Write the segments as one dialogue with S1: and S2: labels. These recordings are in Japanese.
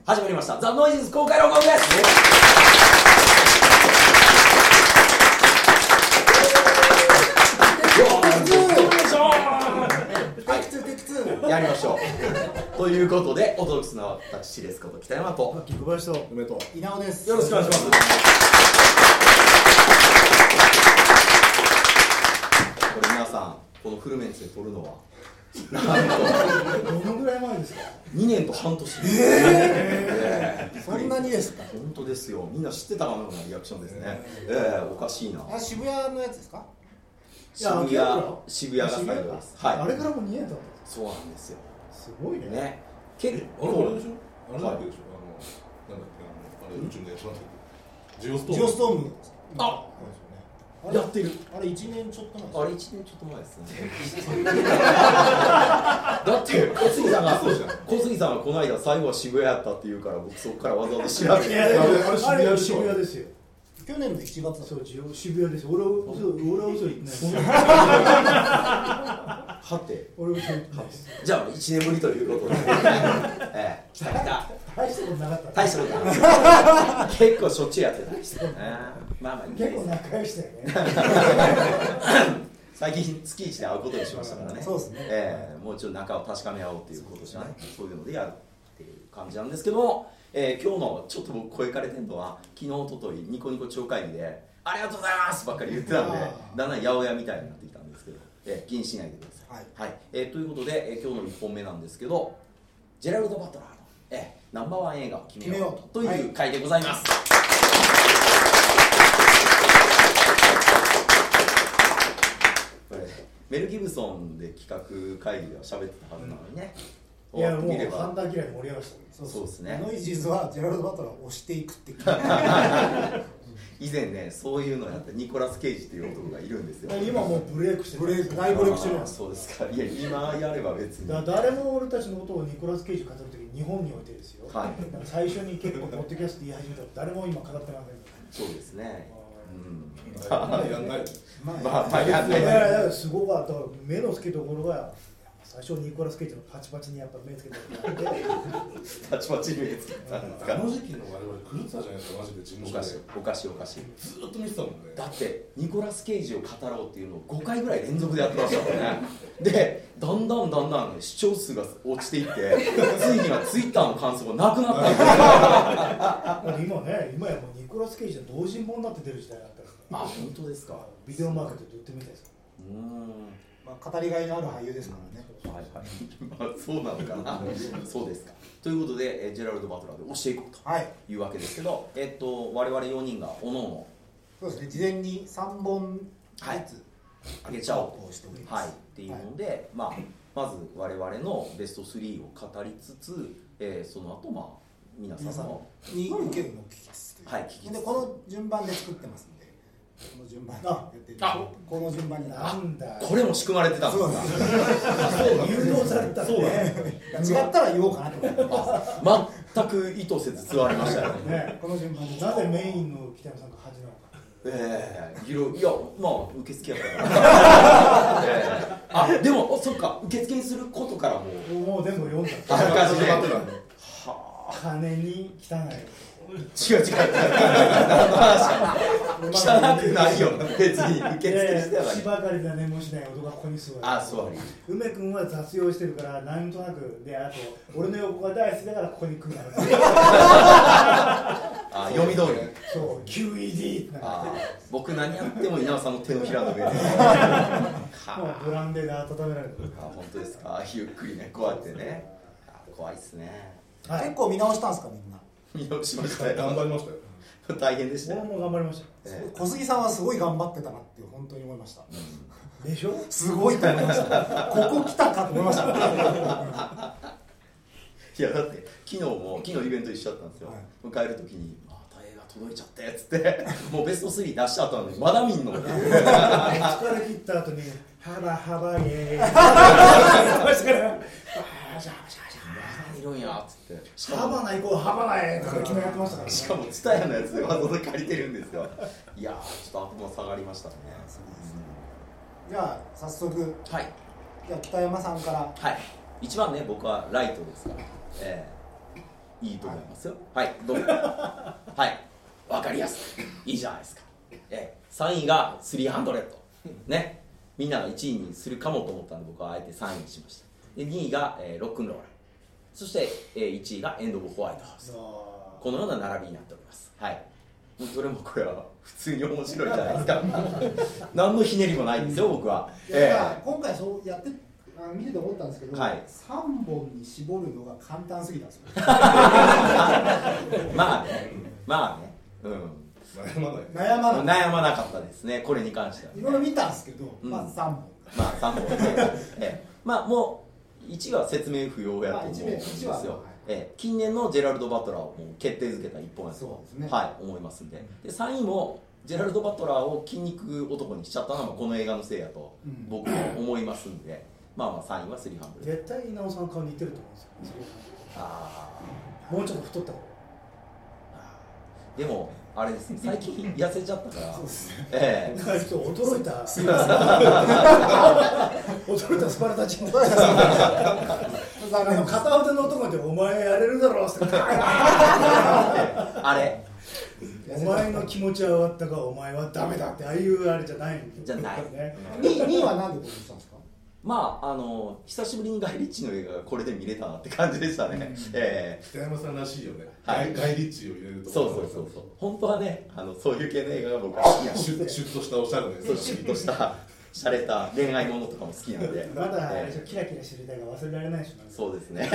S1: 始まりましたザ・ノイジーズ公開録音です。やりましょうということで、お届けするのは私ですこと北山と
S2: 小林と梅と
S3: 稲尾です。
S1: よろしくお願いします。これ皆さん、このフルメンツで撮るのはなんと
S2: どのぐらい前ですか
S1: 2年と半年。
S3: そんなにですか。
S1: 本当ですよ。みんな知ってたかのようなリアクションですね。おかしいな。
S3: 渋谷のやつですか。
S1: 渋谷が最後です。はい。
S2: あれからも2年経ったんです。
S1: そうなんですよ。
S2: すごいね。
S1: ね。結構
S4: あれでしょ。あれだっけでしょ。なんだっけ、あれ宇宙のやつなんだっけ。ジオストーム。
S1: あ、やってる。
S3: あれ1年ちょっと前。
S1: あれ1年ちょっと前ですね。だって小杉さんがこの間最後は渋谷やったって言うから、僕そこからわざわざ調べて。
S2: あれ渋谷ですよ。
S3: 去年の7月だ。
S2: そう渋谷です。俺は嘘言ってないです。
S1: はて。
S2: 俺は嘘言ってないです。
S1: じゃあ1年ぶりということで。来た。
S2: 大したことなかった。
S1: 大したことなかった。結構しょっちゅうやってたりして。まあ
S2: 結構仲良しだよね。
S1: 最近月1で会うことにしましたからね。
S3: そうですね。
S1: もうちょっと仲を確かめ合おうっていうことじゃない。そういうのでやるっていう感じなんですけども、今日のちょっと僕声かれてるのは、昨日おとといニコニコ超会議でありがとうございますばっかり言ってたんで、だんだん八百屋みたいになってきたんですけど、気にしないでください。はい。ということで、今日の1本目なんですけど、ジェラルド・バトラーの、ナンバーワン映画を決めようという回でございます。メル・ギブソンで企画会議では喋ってたはずなのにね。
S2: いやもう判断嫌いで盛り上がした。
S1: そうですね。
S3: ノイジーズはジェラルド・バトラーを押していくって
S1: 以前ね、そういうのやったニコラス・ケイジっていう男がいるんですよ。
S2: 今もうブレイクしてる。
S3: 大ブレイクしてるんです。
S1: そうですか。いや今やれば別に。
S2: 誰も俺たちのことをニコラス・ケイジ語るときに日本においてですよ。
S1: はい。
S2: 最初に結構ポッドキャスト言い始めたら誰も今語ってません。
S1: そうですね。
S4: やんない。
S1: まあやんない。
S2: いやすごかった。目の付けどころが最初ニコラス・ケイジのパチパチにやっぱ目つけて
S1: パチパチ目つけたんですか。
S4: あの時期の我々狂ってたじゃないですか、マジで事務所で。
S1: おかしい。
S4: ずっと見てたもんね。
S1: だってニコラス・ケイジを語ろうっていうのを5回ぐらい連続でやってましたもんね。でだんだん視聴数が落ちていって、ついにはツイッターの感想がなくなったんですよ。
S2: 今やもうニコラス・ケイジは同人本になって出る時代だったから。
S1: あ、本当ですか。
S2: ビデオマーケットで売ってみたいですか。
S3: 語りがいのある俳優ですからね。
S1: はい。まあそうなのかな。そうですか。ということで、ジェラルド・バトラーで教えていこうというわけですけど、我々4人がおのおの
S3: そうですね。事前に3本ずつ
S1: あげちゃおうと
S3: しております。
S1: っていうので、まず我々のベスト3を語りつつ、その後皆さんの
S3: に意見を聞きつつ、
S1: 聞きつつ
S3: でこの順番で作ってますんで、この順番でやってる。この順番に
S2: なんだ。
S1: これも仕組まれてたんですか。
S2: 誘導された
S1: そうだ
S2: ね。
S3: 違ったら言おうかなと思って
S1: ます。全く意図せず座りましたよね。
S3: この順番で。
S2: なぜメインの北山さんが恥なのか。
S1: いやまあ受付やったからでもそっか、受付にすることから
S2: もう全部読んだ。
S1: あらかじめ
S2: 金に汚い。
S1: 違う何の話汚くないよ別に受付してはない。
S2: 芝刈りだねもしない男がここに座る。
S1: 座り。
S2: 梅君は雑用してるからなんとなくで、あと俺の横が大好きだからここに来るから。
S1: 読み通り。
S2: そう QED って
S1: 僕何やっても稲尾さんの手のひらの上で。
S2: もうブランデーで温められる。
S1: 本当ですか。ゆっくりね、こうやってね。怖いっすね。
S3: 結構見直したんですかみんな。
S1: 見直しましたよ。
S4: 頑張りましたよ。
S1: 大変でしたよ。
S2: 俺も頑張りました。
S3: 小杉さんはすごい頑張ってたなって本当に思いました。
S2: でしょ。
S3: すごいと思いました。ここ来たかと思いました。
S1: いやだって昨日イベント一緒だったんですよ。帰る時にまた映画届いちゃってっつってもうベスト3出した後なのにまだ見んの。
S2: 疲れ切った後にハバイエーイ。
S1: いるんやっつって。
S2: ハバナ行こうハバナへとか決めやってましたからね。
S1: しかもツタヤのやつでわざわざ借りてるんですよ。いやちょっと頭下がりましたね。
S3: じゃあ早速。
S1: はい。
S3: じゃあ北山さんから。
S1: はい。一番ね僕はライトですから。 いいと思いますよ。はいどうもはいわかりやすくいいじゃないですか。3位が300ね、みんなが1位にするかもと思ったんで僕はあえて3位にしました。で2位が、ロックンロール、そして、1位がエンド・オブ・ホワイトハウス、このような並びになっております。はい、もうどれもこれは普通に面白いじゃないですか何のひねりもないんですよ僕は。
S3: 今回そうやって見てて思ったんですけど、
S1: はい、
S3: 3本に絞るのが簡単すぎたんですよ
S1: まあねまあね、
S3: 悩ま
S1: なかったですね、これに関しては、ね、
S3: いろいろ見たんですけど、まあ3本、
S1: まあ3本ね、まあもう1が説明不要やと思うんですよ。近年のジェラルド・バトラーをもう決定づけた一本やと、ね、はい、思いますんで、で3位もジェラルド・バトラーを筋肉男にしちゃったのはこの映画のせいやと僕は思いますんで、まあまあ3位は300。
S2: 絶対稲尾さんの顔似てると思うんですよ。もうちょっと太った方。
S1: でもあれですね、最近痩せちゃったから
S2: そうですね、驚いた驚いたスパルタチン片腕の男でお前やれるだろうって
S1: あれ
S2: お前の気持ちは終わったか、お前はダメだってああいうあれじゃないん
S1: じゃない
S3: ね。2位は何でこうしたんですか。
S1: まあ久しぶりにガイ・リッチーの映画がこれで見れたなって感じでしたね。
S4: 北山さんらしいよね、
S1: はい、
S4: ガイ・リッチーを入れると
S1: そう本当はねそういう系の映画が僕は好きなんで、
S4: シュッとしたおしゃれな
S1: シュッとした洒落た恋愛ものとかも好きなんで
S2: まだキラキラしてる映画が忘れられないでしょ。
S1: そうですね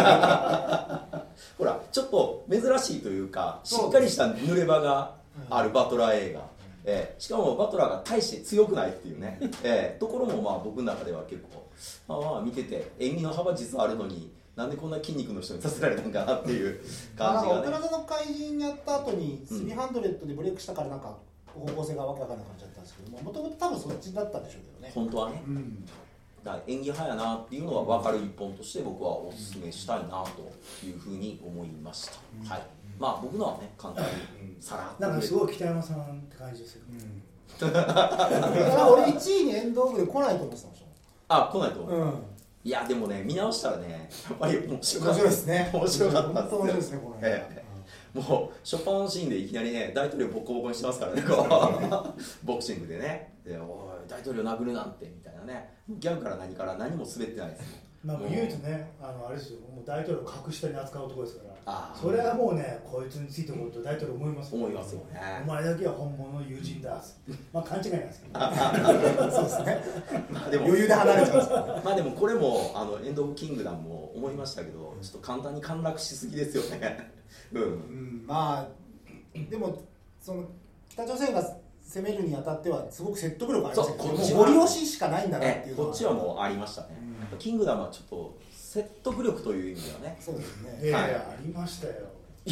S1: ほらちょっと珍しいというかしっかりした濡れ場があるバトラー映画、しかもバトラーが大して強くないっていうね、ところもまあ僕の中では結構まあ見てて演技の幅実はあるのになんでこんな筋肉の人にさせられたんかなっていう感じがね。
S3: オペラ座の怪人やった後に300でブレイクしたからなんか方向性がわけわかんなくなっちゃったんですけども、もともと多分そっちだったんでしょうけどね。
S1: 本当はね、だから演技派やなっていうのは分かる一本として僕はお勧めしたいなというふうに思いました。はい、まあ僕のはね簡単にさらっと
S2: なんかすごい北山さんって感じですよ。
S3: 俺1位にエンドオブで来ないと思ってたんでしょ。
S1: 来ないと思う。いやでもね見直したらねやっぱり面白かった
S3: ですね。
S1: 面白かった
S3: ですね。面白いですねこれ。
S1: もう初っ端のシーンでいきなりね大統領ボコボコにしてますからねボクシングでね、でおい大統領殴るなんてみたいなね、ギャグから何から何も滑ってないですよ。
S2: まあ唯一ねあれですよ、もう大統領を格下に扱う男ですから、それはもうねこいつについてこうと大統領思いますよ。
S1: 思いますよね。
S2: お前だけは本物の友人だ。まあ勘違いなんですけど。
S3: そうですね。
S1: でも
S3: 余裕で離れちゃうんですよ。
S1: まあでもこれもエンド・オブ・キングダムも思いましたけど、ちょっと簡単に陥落しすぎですよね。
S3: まあでもその北朝鮮が攻めるにあたってはすごく説得力ありますよね。もうゴリ押ししかないんだなっていうのは、
S1: こっちはもうありましたね。キングダムはちょっと説得力という意味ではね。
S3: そうですね。
S2: ありましたよ。
S1: い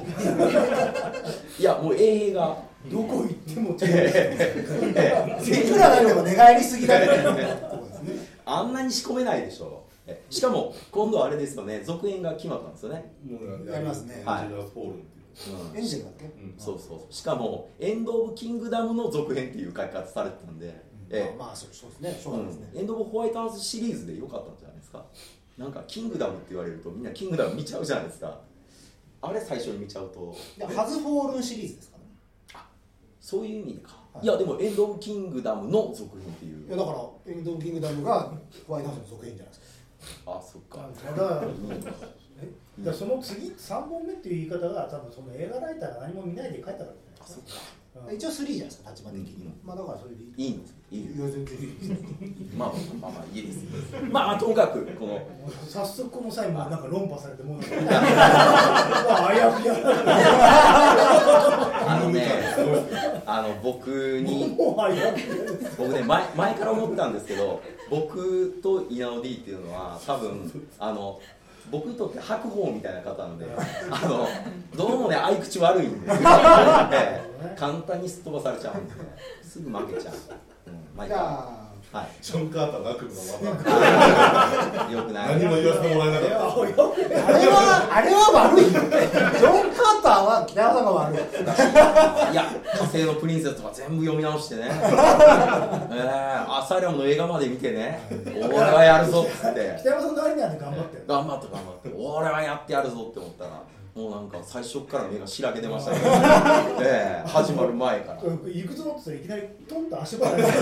S1: やもう衛兵が
S2: どこ行っても
S3: いくらなんでも寝返りすぎだよね。
S1: あんなに仕込めないでしょ。しかも今度はあれですよね、続編が決まったんですよね。
S3: やりますね。
S1: はい。
S3: エンジェルだっけ？
S1: そうそう。しかもエンド・オブ・キングダムの続編っていう書き方されてたんで、
S3: まあそうですね。そうですね。
S1: エンド・オブ・ホワイトハウスシリーズで良かったんじゃないですか。なんかキングダムって言われるとみんなキングダム見ちゃうじゃないですか。あれ最初に見ちゃうと。
S3: ハズフォールンシリーズですかね。
S1: そういう意味でか。いやでもエンド・オブ・キングダムの続編っていう。
S3: いやだからエンド・オブ・キングダムがホワイトハウスの続編じゃないですか。
S1: そっか。
S2: だその次3本目っていう言い方が多分その映画ライターが何も見ないで書いたからじゃないですか。一応3じゃないですか立場的に。まあだからそれでいいの。いい。
S1: まあいいです。まあともかくこの
S2: 早速この際もなんか論破されてもう
S1: 僕ね前から思ったんですけど、僕と稲尾 D っていうのは多分僕にとって白鵬みたいな方なんで、どうもね合い口悪いんですよ。簡単にすっ飛ばされちゃうんで、すぐ負けちゃう。
S3: じゃあ、
S4: ジョン・カーターの悪夢のまま
S1: よくない。
S4: 何も言わせてもらえなかった。
S3: あれは悪い。ジョン・カーターは北山さんが悪い。
S1: いや、火星のプリンセスとか全部読み直してね。アサリアムの映画まで見てね。俺はやるぞっつって。
S2: 北山さんの割には頑張ってる。
S1: 頑張って。俺はやってやるぞって思ったら。 もうなんか最初から目がしらけてましたけど、始まる前から。
S2: 行くぞって言ったらいきなりトンと足場が出て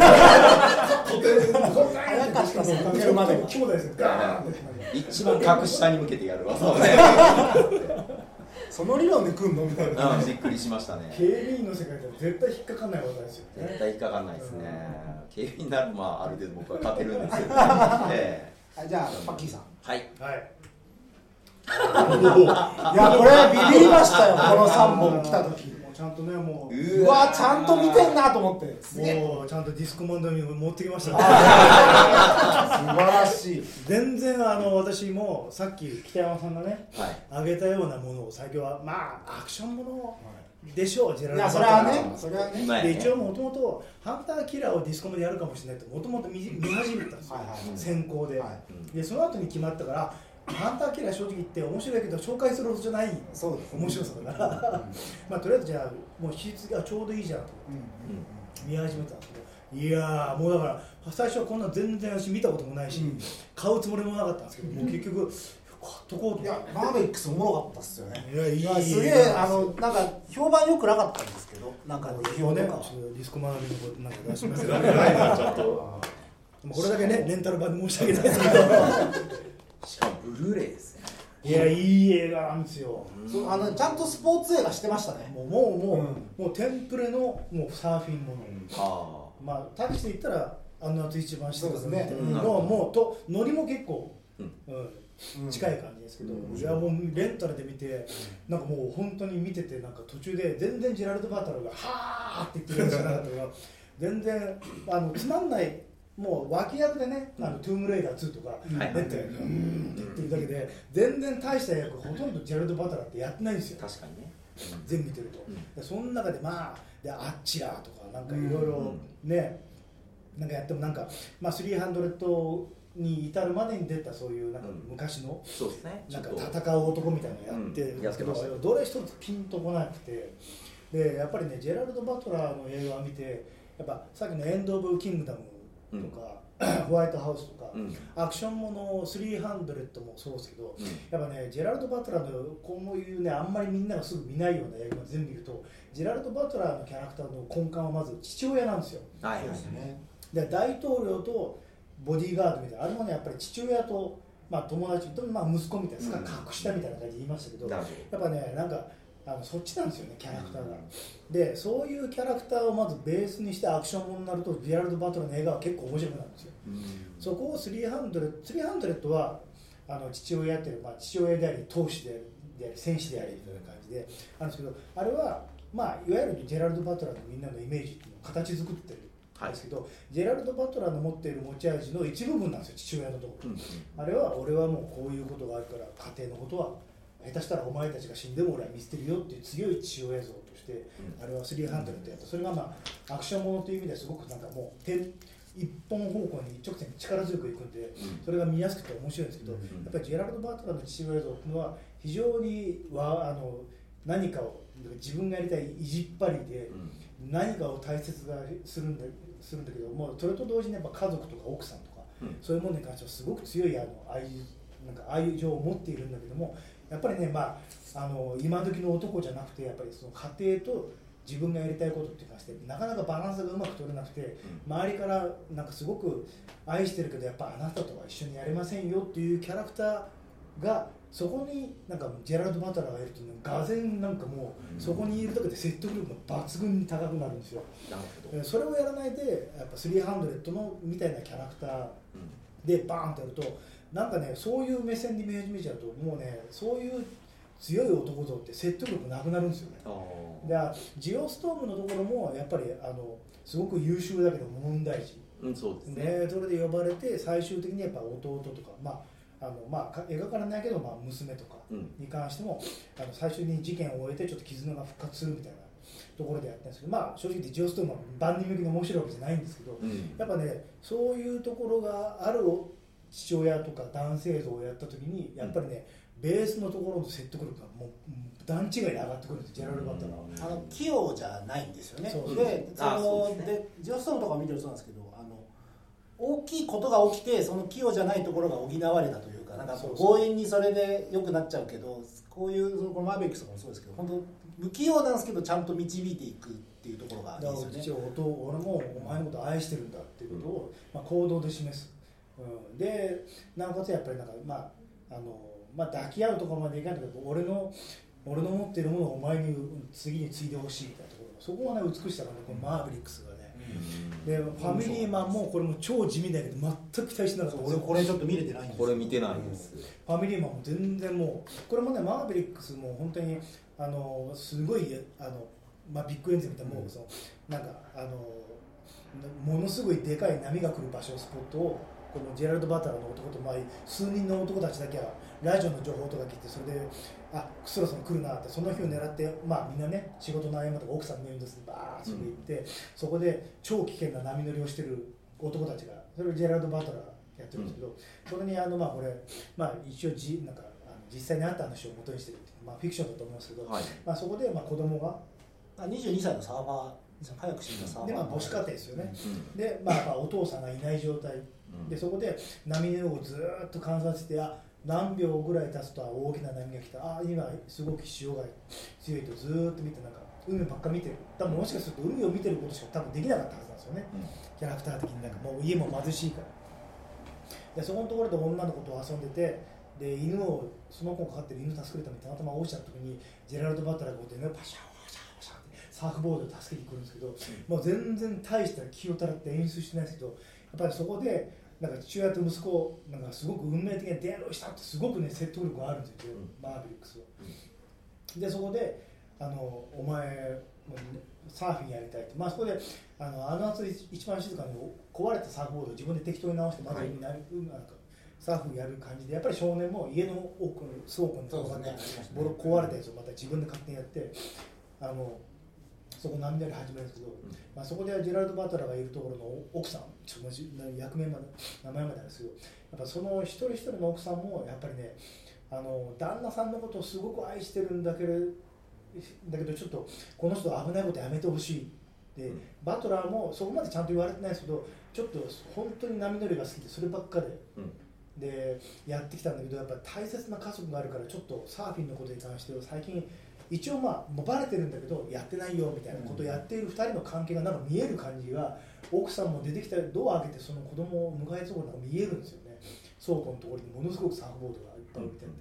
S1: 一番格下に向けてやる技をね。
S3: その理論で来んのみたいな。
S1: びっくりしましたね。
S2: 警備員の世界では絶対引っかかんない技ですよね。
S1: 絶対引っかかんないですね。警備員ならまあある程度僕は勝てるんですけど。
S3: じゃあパッキーさん。
S1: はい。
S2: はい。
S3: いやこれビビりましたよ、この3本来た時。
S2: もうちゃんとね、も
S3: うわちゃんと見てんなと思って、
S2: もうちゃんとディスクマンドに持ってきましたね。
S3: 素晴らしい。
S2: 全然私もさっき北山さんがね、挙げたようなものを最近はまあアクションものでしょう、ジェラルド・バトラー。
S3: それはね。
S2: で一応もともとハンターキラーをディスコムでやるかもしれないってもともと見始めたんですよ、先行で。でその後に決まったから。ハンターキラー正直言って面白いけど紹介するほどじゃない面白さだからまあとりあえずじゃあもう引き継ぎはちょうどいいじゃんと見始めたんですけど、いやもうだから最初はこんな全然私見たこともないし、買うつもりもなかったんですけど、もう結局買っとこうと。
S3: いやマーベリックスおもろかったっすよね。
S2: いや
S3: すげえなんか評判良くなかったんですけど、なんか
S2: 批評とかディスコマナビのことなんか出しますけど、ちょっとこれだけねレンタル版で申し訳ないですけど。
S1: しかもブルーレイですね。
S2: いやいい映画なんですよ。
S3: ちゃんとスポーツ映画してましたね。
S2: もうテンプレのもうサーフィンもの。まあタクシーで言ったら夏一番してたね。もうとノリも結構近い感じですけど、いやもうレンタルで見てなんかもう本当に見ててなんか途中で全然ジェラルド・バトラーがはーって言ってるんじゃなかったから全然つまんない。もう脇役でね、トゥームレイダー2とか出て、って言ってるだけで、全然大した役、ほとんどジェラルド・バトラーってやってないんですよ、
S1: 確かにね、
S2: 全部見てると。その中で、まあ、でアッチラーとか、なんかいろいろね、なんかやっても、なんか、まあ、300に至るまでに出た、そういうなんか昔の、なんか戦う男みたいなのやってるんですけど、どれ一つピンとこなくて、でやっぱりね、ジェラルド・バトラーの映画を見て、やっぱさっきのエンド・オブ・キングダムとか、ホワイトハウスとか、アクションもの300もそうですけど、やっぱねジェラルド・バトラーのこういうねあんまりみんながすぐ見ないような映画を全部見るとジェラルド・バトラーのキャラクターの根幹はまず父親なんですよ。で大統領とボディーガードみたいなあれもねやっぱり父親と、まあ、友達と、まあ、息子みたいな隠したみたいな感じで言いましたけど、やっぱねなんかそっちなんですよねキャラクターが。でそういうキャラクターをまずベースにしてアクションものになるとジェラルド・バトラーの映画は結構面白くなるんですよ。そこを300は父親やってる、まあ、父親であり投手であり戦士でありみたいな感じであるんですけど、あれは、まあ、いわゆるジェラルド・バトラーのみんなのイメージっていうのを形作ってるんですけど、ジェラルド・バトラーの持っている持ち味の一部分なんですよ父親のところ、あれは俺はもうこういうことがあるから家庭のことは下手したらお前たちが死んでも俺は見捨てるよっていう強い父親像として、あれは300ってやった。それがまあアクションものという意味ではすごくなんかもう一本方向に一直線に力強くいくんで、それが見やすくて面白いんですけど、やっぱりジェラルド・バトラーの父親像っていうのは非常に何かを自分がやりたい意地っ張りで何かを大切にするんだけども、それと同時にやっぱ家族とか奥さんとか、そういうものに関してはすごく強い愛情を持っているんだけども、やっぱりね、まあ、今時の男じゃなくてやっぱりその家庭と自分がやりたいことっていうかしてなかなかバランスがうまく取れなくて、周りからなんかすごく愛してるけどやっぱあなたとは一緒にやれませんよっていうキャラクターがそこになんかジェラルド・バトラーがいるとがぜんなんかもうそこにいるだけで説得力が抜群に高くなるんですよ。それをやらないでやっぱ300のみたいなキャラクターでバーンとやるとなんかねそういう目線で見始めちゃうともうねそういう強い男像って説得力なくなるんですよね。でジオストームのところもやっぱりすごく優秀だけど問題児、
S1: そうですね。
S2: でそれで呼ばれて最終的にやっぱ弟とか描かれないけど、まあ、娘とかに関しても、最終に事件を終えてちょっと絆が復活するみたいなところでやってるんですけど、まあ、正直言ってジオストームは万人向けに面白いわけじゃないんですけど、やっぱねそういうところがある父親とか男性像をやった時にやっぱりね、ベースのところの説得力がもう段違いで上がってくるんですジェラルド・バトラーは。
S3: 器用じゃないんですよね。でジオストームとか見てるそうなんですけど大きいことが起きてその器用じゃないところが補われたというか、なんか強引にそれで良くなっちゃうけど、こういうこのマーベリックスとかもそうですけど、本当不器用なんですけどちゃんと導いていくっていうところがいいですよね。
S2: 俺もお前のことを愛してるんだっていうことを、行動で示す、でなおかつやっぱりなんか抱き合うところまでいかないけど、俺の持っているものをお前に次に継いでほしいみたいなところ、そこはね美しさがね、このマーベリックスがね、でファミリーマンもこれも超地味だけど全く期待してなかったんですよ。
S3: 俺これちょっと見れてないんですよ。
S1: これ見てないんです。
S2: ファミリーマンも全然もうこれもね、マーベリックスも本当にすごいビッグエンゼルみたいな、もうそのなんかものすごいでかい波が来る場所、スポットをこのジェラルド・バターの男と、数人の男たちだけはラジオの情報とか聞いて、それでそろそろ来るなって、その日を狙って、みんなね仕事の合間とか奥さんの面倒でバーッと行って、そこで超危険な波乗りをしてる男たちが、それをジェラルド・バトラーやってるんですけど、それにこれ、一応なんか実際にあった話を元にしてるっていう、フィクションだと思うんですけど、そこで子供が
S3: 22歳のサーファー、早く死んだサーファー
S2: で、母子家庭ですよね、で、お父さんがいない状態で、そこで波の量をずっと観察して、何秒ぐらい経つと大きな波が来た、今すごく潮が強いとずっと見て、なんか海ばっか見てる、多分もしかすると海を見てることしか多分できなかったはずなんですよね、キャラクター的に。なんかもう家も貧しいから、でそこのところで女の子と遊んでて、でその子が飼ってる犬を助けるためにたまたま落ちた時に、ジェラルド・バトラーがこうやってパシャパシャパシャってサーフボードで助けに来るんですけど、もう全然大した気をたらって演出してないですけど、やっぱりそこでなんか父親と息子なんかすごく運命的に出会いをしたって、すごくね説得力があるんですよ、マーベリックスは。でそこでお前サーフィンやりたいって、そこで夏一番静かに壊れたサーフボードを自分で適当に直して、まだ海になんかサーフィンやる感じで、やっぱり少年も家の奥の倉庫にボロ壊れたやつをまた自分で勝手にやって、そこ波乗り始めるんですけど、そこでジェラルド・バトラーがいるところの奥さん、役名まで名前までなんですけど、やっぱその一人一人の奥さんもやっぱりね、旦那さんのことをすごく愛してるんだけどちょっとこの人は危ないことやめてほしいで、バトラーもそこまでちゃんと言われてないですけど、ちょっと本当に波乗りが好きでそればっかでやってきたんだけど、やっぱり大切な家族があるから、ちょっとサーフィンのことに関しては最近一応もうバレてるんだけどやってないよみたいなことをやっている2人の関係がなんか見える感じが、奥さんも出てきたドア開けてその子供を迎えるところが見えるんですよね。倉庫のところにものすごくサーフボードがいっぱい置いてあって、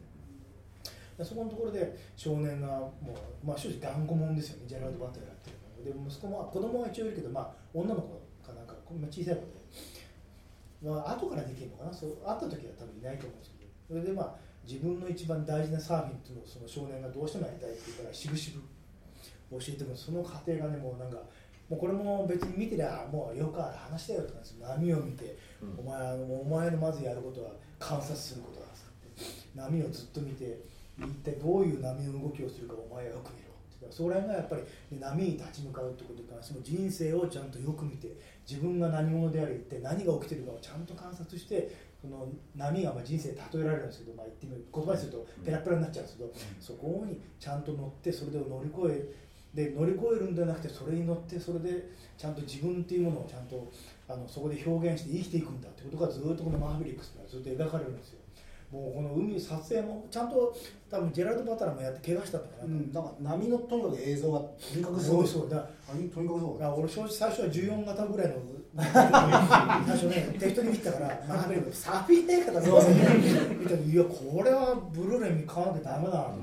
S2: そこのところで少年がもう、正直頑固者ですよね、ジェラルド・バトラーやってるので、息子も子供は一応いるけど、女の子かなんか小さい子で、後からできるのかな、そう会った時は多分いないと思うんですけど、それで自分の一番大事なサーフィンっていうのをその少年がどうしてもやりたいって言うから、しぶしぶ教えてくる。その過程がね、もうこれも別に見てりゃもうよくある話だよとか、波を見て、お前のまずやることは観察することだって、波をずっと見て、一体どういう波の動きをするかお前はよく見ろって。それがやっぱり波に立ち向かうってことに関しても、人生をちゃんとよく見て、自分が何者であり、一体何が起きてるかをちゃんと観察して、その波が人生で例えられるんですけど、言ってみる言葉にするとペラペラになっちゃうんですけど、そこにちゃんと乗って、それで乗り越えるんじゃなくて、それに乗って、それでちゃんと自分っていうものをちゃんとそこで表現して生きていくんだってことがずっとこのマーヴェリックスがずっと描かれるんですよ。もうこの撮影もちゃんと多分ジェラルド・バトラーもやって怪我したとか
S3: なんか波のとにかく映像がとにかくすごい。
S2: そうだ。
S3: とにかくそう。
S2: 俺正直最初は14型ぐらいの最初ね適当に見てたから、サーフィン映画だぞ見たら、いやこれはブルーレイに買わなきゃダメだなと思って、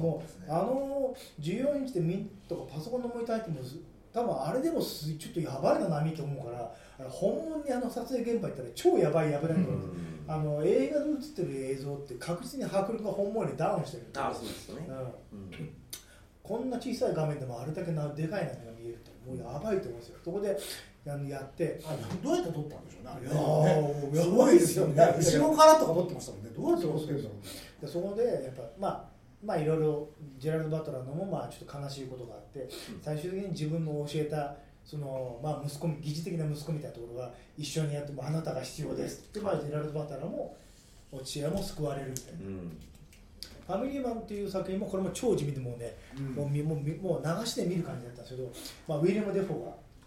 S2: もう14インチでとかパソコンのモニター入っても多分あれでもちょっとやばいな波と思うから、本物に撮影現場行ったら超やばいと思うんです。映画で映ってる映像って確実に迫力が本物よりダウンしてる。
S1: そうですね。
S2: こんな小さい画面でもあれだけでかい波が見えるともうやばいと思うんですよ。そこでやって
S3: どうやって撮ったんでしょうね。
S2: いやすごいですよね。
S3: 後ろからとか撮ってましたもんね。どうやって撮ってるんだろう。
S2: そこでやっぱいろいろジェラルド・バトラーのもちょっと悲しいことがあって、最終的に自分の教えたその息子、疑似的な息子みたいなところが一緒にやってもあなたが必要ですって、ジェラルド・バトラーも父親も救われるみたいな、ファミリーマンっていう作品もこれも超地味でもうね、もう流して見る感じだったんですけど、ウィリアム・デフォーが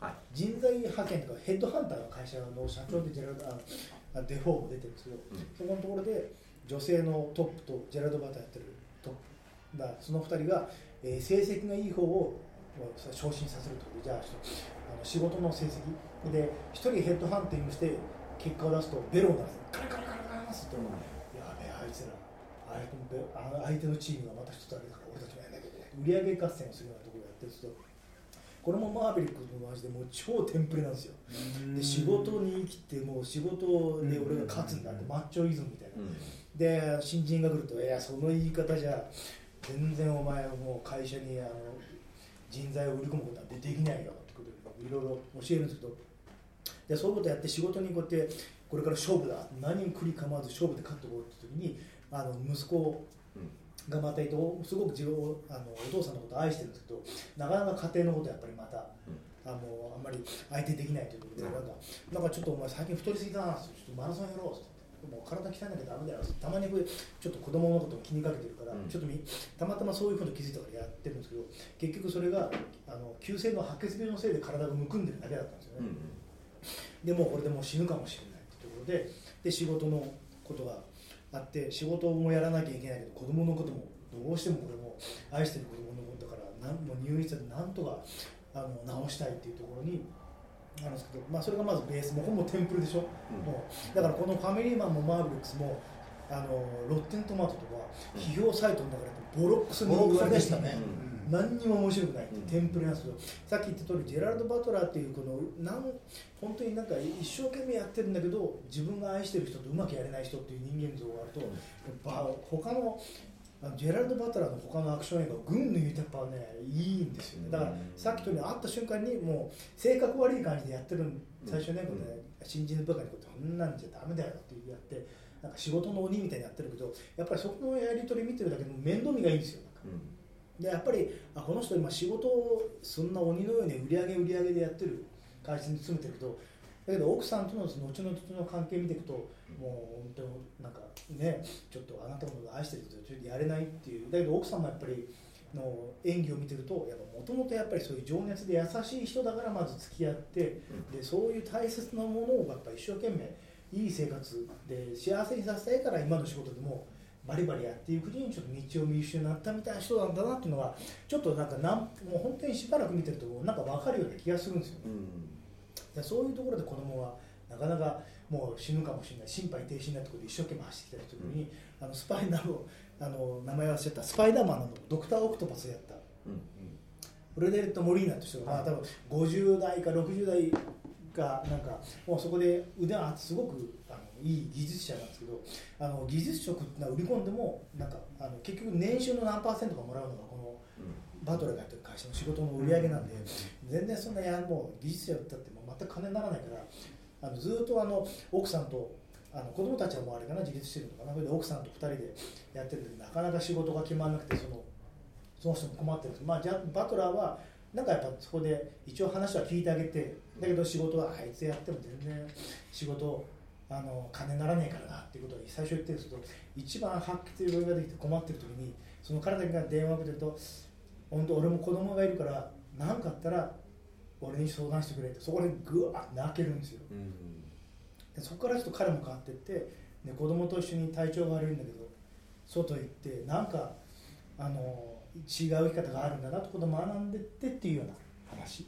S1: はい、
S2: 人材派遣とかヘッドハンターの会社の社長でジェラルドデフォーも出てるんですけど、そこのところで女性のトップとジェラルド・バターやってるトップだ、その2人が、成績がいい方を昇進させるということで、じゃあ仕事の成績で1人ヘッドハンティングして結果を出すとベロを鳴らす、カリカリカリカリ鳴らすと、やべえあいつら相手のチームがまた一つあれだから俺たちもやんなきゃいけない、売上合戦をするようなところをやってると、これもマーベリックのマジでもう超テンプレなんですよ。で仕事に生きてもう仕事で俺が勝つんだってマッチョイズムみたいな。で新人が来ると、いやその言い方じゃ全然お前はもう会社に人材を売り込むことはできないよってことでいろいろ教えるんですけど、でそういうことやって仕事にこうやってこれから勝負だ、何に繰り構わず勝負で勝っていこうって時に息子がまたいてすごく自分をお父さんのことを愛してるんですけど、なかなか家庭のことやっぱりまた、あんまり相手できないということで、なんかちょっとお前最近太りすぎだな、ちょっとマラソンやろうって、もう体鍛えなきゃダメだよ、たまにちょっと子供のことも気にかけてるから、ちょっとたまたまそういうこと気づいたからやってるんですけど、結局それが急性の白血病のせいで体がむくんでるだけだったんですよね。でもうこれでもう死ぬかもしれないっていうところで仕事のことがあって、仕事もやらなきゃいけないけど子供のこともどうしてもこれも愛してる子供のことだからもう入院してなんとか治したいっていうところにあるんですけど、それがまずベース、もうほぼテンプルでしょ、もうだからこのファミリーマンもマーベリックスもロッテントマトとか批評サイトの中でボロックスに言われてしたね、何にも面白くないってテンプレなんですけど、さっき言った通りジェラルド・バトラーっていうこの本当になんか一生懸命やってるんだけど自分が愛してる人とうまくやれない人っていう人間像があると、やっぱ他のジェラルド・バトラーの他のアクション映画を群抜いてやっぱねいいんですよね。だからさっきとおり会った瞬間にもう性格悪い感じでやってる最初ね、新人の部下にこうやってこんなんじゃダメだよってやってなんか仕事の鬼みたいにやってるけど、やっぱりそこのやり取り見てるだけでも面倒見がいいんですよ。でやっぱりこの人今仕事をそんな鬼のように売り上げでやってる会社に勤めてるけど、だけど奥さんとの後々の関係見ていくと、もう本当なんかね、ちょっとあなたのことを愛してるけどちょっとやれないっていう。だけど奥さんもやっぱりの演技を見てると、もともとやっぱりそういう情熱で優しい人だからまず付き合って、でそういう大切なものをやっぱり一生懸命いい生活で幸せにさせたいから今の仕事でもバリバリやっていくうちにちょっと道を見失ったみたいな人なんだなっていうのがちょっとなんかもう本当にしばらく見てるとなんか分かるような気がするんですよね。でそういうところで子供はなかなかもう死ぬかもしれない心肺停止になったところで一生懸命走ってきた人に、スパイダーの名前忘れちゃったスパイダーマンのドクター・オクトパスやった、フレデリット・モリーナという人が、多分50代か60代かなんかもうそこで腕がすごくいい技術者なんですけど、技術職ってのは売り込んでもなんか結局年収の何%かもらうのがこのバトラーがやってる会社の仕事の売り上げなんで、全然そんなもう技術者だってもう全く金にならないから、ずっと奥さんと子供たちはもうあれかな自立してるのかな、それで奥さんと2人でやってるんだけどなかなか仕事が決まらなくてその人も困ってるんです。じゃあバトラーはなんかやっぱそこで一応話は聞いてあげて、だけど仕事はあいつやっても全然仕事金にならねえからなっていうことを最初言ってるんですけど、一番発揮というができて困ってる時にその彼だけが電話をかけると、本当俺も子供がいるから何かあったら俺に相談してくれって、そこでグワー泣けるんですよ。でそこからちょっと彼も変わっていって、で子供と一緒に体調が悪いんだけど外行ってなんか違う生き方があるんだなってことを学んでってっていうような話。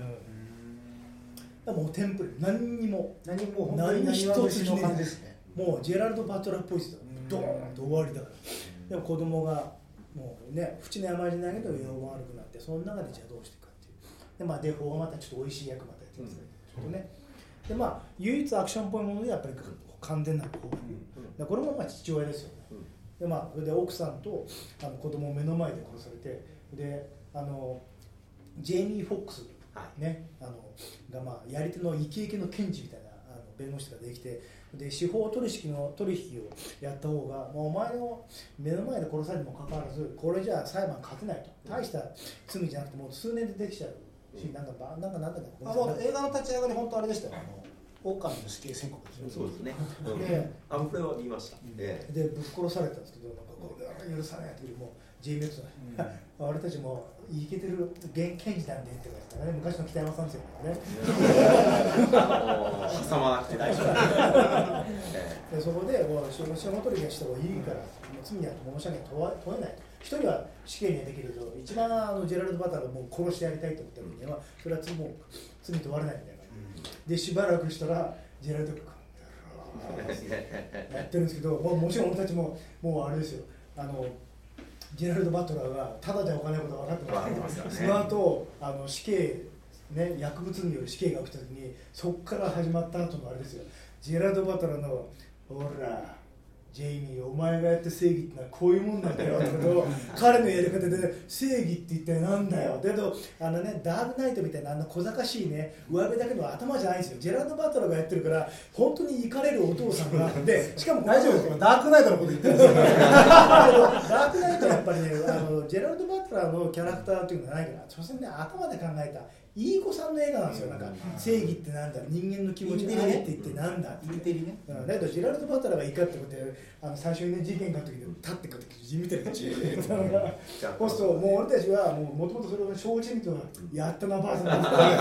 S2: だからもうテンプレ何にも
S3: 本当に何一つの感じですね。
S2: もうジェラルド・バトラーっぽいですよ。ドーンと終わりだから。でも子供がもうね淵の山じゃないけど容が悪くなって、その中でじゃあどうしていくかっていう。でデフォーがまたちょっと美味しい役またやってますけどね。で唯一アクションっぽいものでやっぱり完全な方が、これも父親ですよね。でそれで奥さんと子供を目の前で殺されて、でジェイミー・フォックス、ね、がやり手のイケイケの検事みたいな弁護士ができて、で司法取引をやった方が、お前の目の前で殺されるにもかかわらずこれじゃ裁判勝てないと、大した罪じゃなくてもう数年でできちゃうし、なんだっけ、
S3: 映画の立ち上がり本当あれでしたよ。 狼の死刑宣告でしょ。
S1: そうですね。
S2: で
S1: これは見ました。
S2: でぶっ殺されたんですけど、なんかこれは許さないっていう、もう JMX の、俺たちもイケてる検事なんでって言われたね、昔の北山さんですよね。
S1: 挟まなくて大丈夫。
S2: でそこで仕事取りがした方がいいから、罪には申し訳ない、問えない。一人は死刑にはできると、一番ジェラルド・バターがもう殺してやりたいと思った人間は、それはもう罪問われないんだよ。でしばらくしたらジェラルド君やってるんですけど、もちろん俺たちももうあれですよ、ジェラルド・バトラーがただでお金のこと分かってますからね。その後死刑ね、薬物による死刑が起きた時に、そこから始まった後のあれですよ、ジェラルド・バトラーのほらジェイミー、お前がやって正義ってのはこういうもんなんだよってことを彼のやり方で、正義って一体なんだよ、だけどダークナイトみたいなあんな小賢しいね上辺だけの頭じゃないんですよ。ジェラルド・バトラーがやってるから本当に怒れるお父さんがで、しかも
S3: 大丈夫ですか、ダークナイトのこと言ってるんですよ。
S2: ダークナイトはやっぱりね、ジェラルド・バトラーのキャラクターっていうのがないから、所詮ね、頭で考えたいい子さんの映画なんですよ。なんか正義ってなんだ、人間の気持ち愛って言ってなんだ、
S3: インテリね。
S2: だけどジェラルド・バトラーが怒ってことで、最初にね事件があった時に立ってくる時見てるし、そうするともう俺たちはもともとそれを承知みたいなやったなバージョン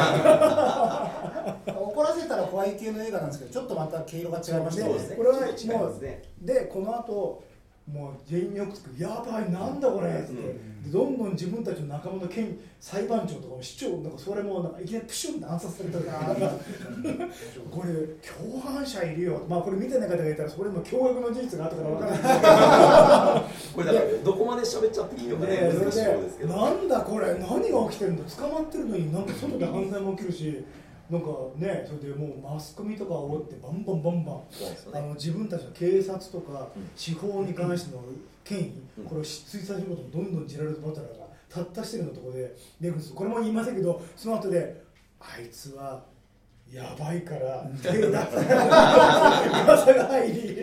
S2: なんです
S3: 怒らせたら怖い系の映画なんですけど、ちょっとまた毛色が違いましたね。
S2: これはもうでこの後もうジェイミー・ヨークス君やばいなんだこれって、どんどん自分たちの仲間の裁判長とか市長なんかそれもなんかいきなりプシュンって暗殺されたりとかこれ共犯者いるよ、これ見てない方がいたらそれも驚愕の事実があったから分からない
S1: これだからどこまで喋っちゃっていいのかね、難しいですけど、
S2: なんだこれ何が起きてるんだ、捕まってるのになんか外で犯罪も起きるし、なんかね、それでもうマスコミとかを追ってバンバン自分たちの警察とか司法に関しての権威、これを失墜させることもどんどんジェラルド・バトラーがたった一人のところで出るんです。これも言いませんけど、その後であいつはやばいから手出す噂が入り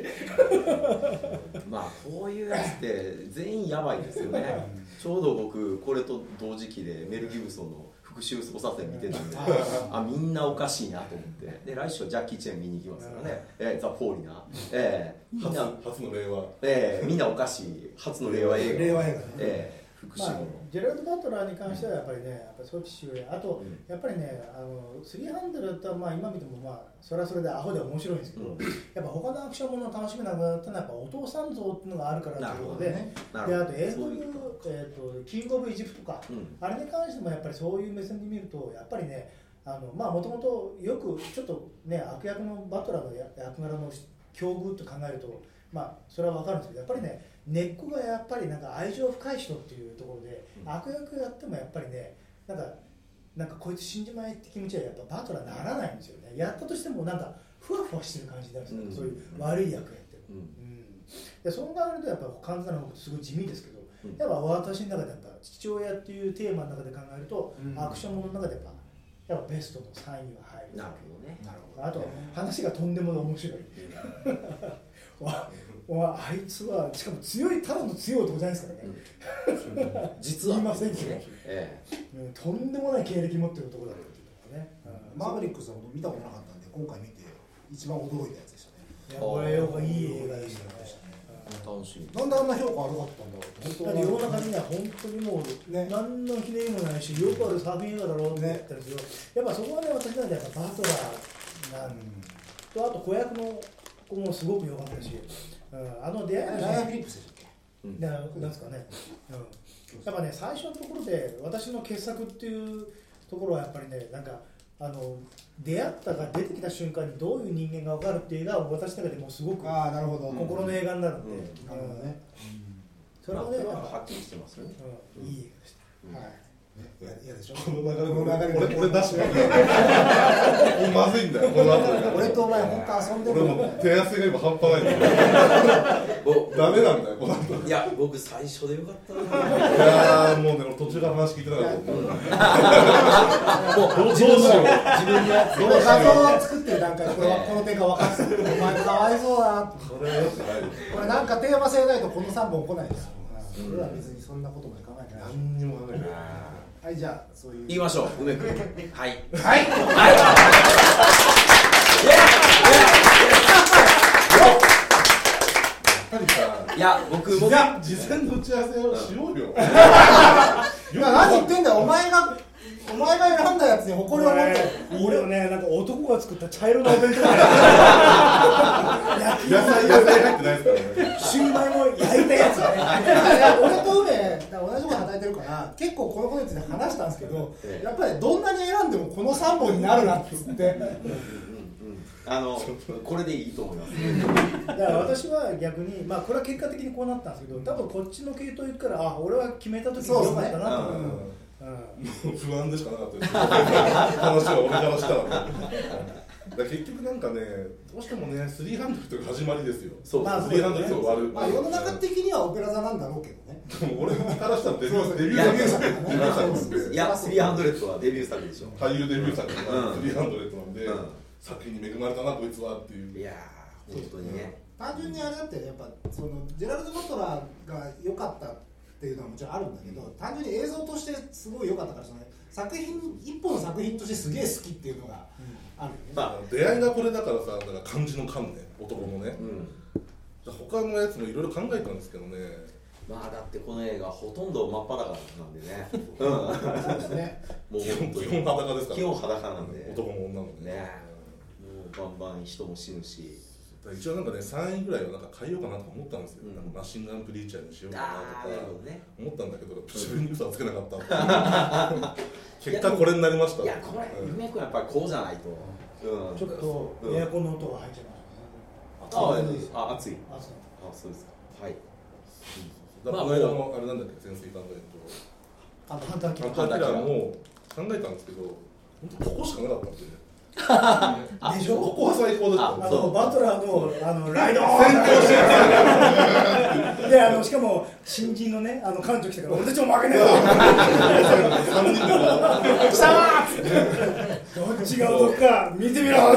S1: こういうやつって全員やばいですよね。ちょうど僕これと同時期でメル・ギブソンの復讐捜査線見てたんで、みんなおかしいなと思って、で来週はジャッキー・チェン見に行きますからね、ザ・フォーリナー、みんな
S4: 初の令和、
S1: みんなおかしい初の令和映画、復讐の、
S2: ジェラルド・バトラーに関してはやっぱりね、やっぱりそっち主演、あとやっぱりね、300は今見てもそれはそれでアホで面白いんですけど、やっぱ他のアクションものを楽しめなくなったのはやっぱお父さん像っていうのがあるからということで、あと映像キング・オブ・イジプトか、あれに関してもやっぱりそういう目線で見るとやっぱりね、もともとよくちょっとね悪役のバトラーの役柄の境遇と考えるとそれは分かるんですけど、やっぱりね根っこがやっぱりなんか愛情深い人っていうところで、悪役やってもやっぱりねなんかこいつ死んじまえって気持ちはやっぱバトラーならないんですよね。やったとしてもなんかふわふわしてる感じになるんですよ、そういう悪い役やってる、でそう考えるとやっぱ完全なのすごい地味ですけど、やっぱ私の中でやっぱ父親っていうテーマの中で考えると、アクションものの中でやっぱベストの3位には入る。
S1: なるほどね。
S2: あと話がとんでも面白いあいつはしかも強い、ただの強い男じゃないですからね、
S1: 実は
S2: 言いませんけど、とんでもない経歴持ってる男だっていうのがね、
S3: マーヴェリックスは見たことなかったんで、今回見て一番驚いたやつでしたね。
S2: これいい映画でしたね。
S1: 楽しみ。
S3: なんであんな評価悪かったんだろう。
S2: だって世の中には本当にもう何のひねりもないし、よくある作品映画だろうって言ったんですけど、やっぱそこはね、私なんかやっぱバトラーなんと、あと子役の子もすごく良かったし、出会いの
S3: ライアン・フィリップスでしたっけ？
S2: なんですかね、やっぱね最初のところで私の傑作っていうところはやっぱりね、なんか出会ったが出てきた瞬間にどういう人間が分かるっていう映画を私の中でもうすごく心の映画になるんで、それはね
S1: はっきりしてますよね。
S2: いい映画でした。はい。
S3: 嫌でしょ。
S4: この流れ俺出してまずいんだよこの後。
S3: 俺とお前本当遊んでる。
S4: 俺も手汗が今半端ないんだよ。ダメなんだよこの後。
S1: いや僕最初でよかったな。
S4: いやもうね途中から話聞いてなかった。
S1: もうどうしよう。自分で
S3: 画像を作ってる段階でこの点が分かってた。お前かわいそうだ。
S4: それはよくない。
S3: これなんかテーマ性ないとこの3本来ないですよ。俺は別にそんなことまで考えてない。
S4: 何にも考えてない。
S3: はい、じゃあそういう
S1: 言いましょう、梅君。はい。
S3: はい。
S1: はい。 いや僕も
S4: 事前の打ち合わせをしようよ
S3: 何言ってんだよ、お前が選んだやつに誇りを持ってる。
S2: 俺はね、なんか男が作った茶色のお弁当が
S4: 野菜入ってないですからね。
S2: シューマイも焼いたやつね。
S3: 俺と梅同じとこ働いてるから結構このことについて話したんですけど、やっぱりどんなに選んでもこの3本になるなって言って
S1: これでいいと思います
S2: だから私は逆に、まあこれは結果的にこうなったんですけど、多分こっちの系統行くから、あ、俺は決めた時に良かったなと思う。
S4: 不安でしかなかったです話は俺からしたらね。だから結局なんかね、どうしてもね、300が始まりですよ。
S1: そう、
S2: まあ
S4: 300と終わる。
S3: まあ世の中的にはオペラ座なんだろうけどね。
S4: でも俺からしたらデビュー作なんで。
S1: いや300はデビュー作でしょ。
S4: 俳優デビュー作が300なんで、作品に恵まれたなこいつはっていう。
S1: いやー本当にね。
S3: 単純にあれだってやっぱそのジェラルド・バトラーが良かったっていうのはもちろんあるんだけど、単純に映像としてすごい良かったから、その作品一本の作品としてすげえ好きっていうのがあるよね。
S4: まあ出会いがこれだからさ、だから漢字の漢ね、男のね。他のやつもいろいろ考えたんですけどね。
S1: まあだってこの映画ほとんど真っ裸なんでね。
S3: そうですね。
S1: もう
S4: 基本裸ですから。
S1: 基本裸なんで。
S4: 男も女も
S1: ね。もうバンバン人も死ぬし。
S4: 一応なんかね、3位ぐらいはなんか変えようかなと思ったんですよ。なんかマシンガンプリーチャーにしようかなとか思ったんだけど、自分に嘘はつけなかった結果これになりました。
S1: いやこれ夢君やっぱりこうじゃないと。
S2: ちょっとエアコンの音が入っちゃいましたね。
S1: あ、暑い。
S2: あ、
S1: そうですか。はい。
S4: だからこの間もあれなんだっけ、潜水艦の
S2: ハンターキラー。
S4: ハンターキラーも考えたんですけど、本当ここしかなかったんで。
S2: でしょ。
S4: ここは最高ですよ。
S2: バトラーのライド
S4: 先行して
S2: でしかも新人のね艦長来たから俺たちも負けねえぞ
S4: 3人で
S2: 来たーっつってどっちが男か見てみろ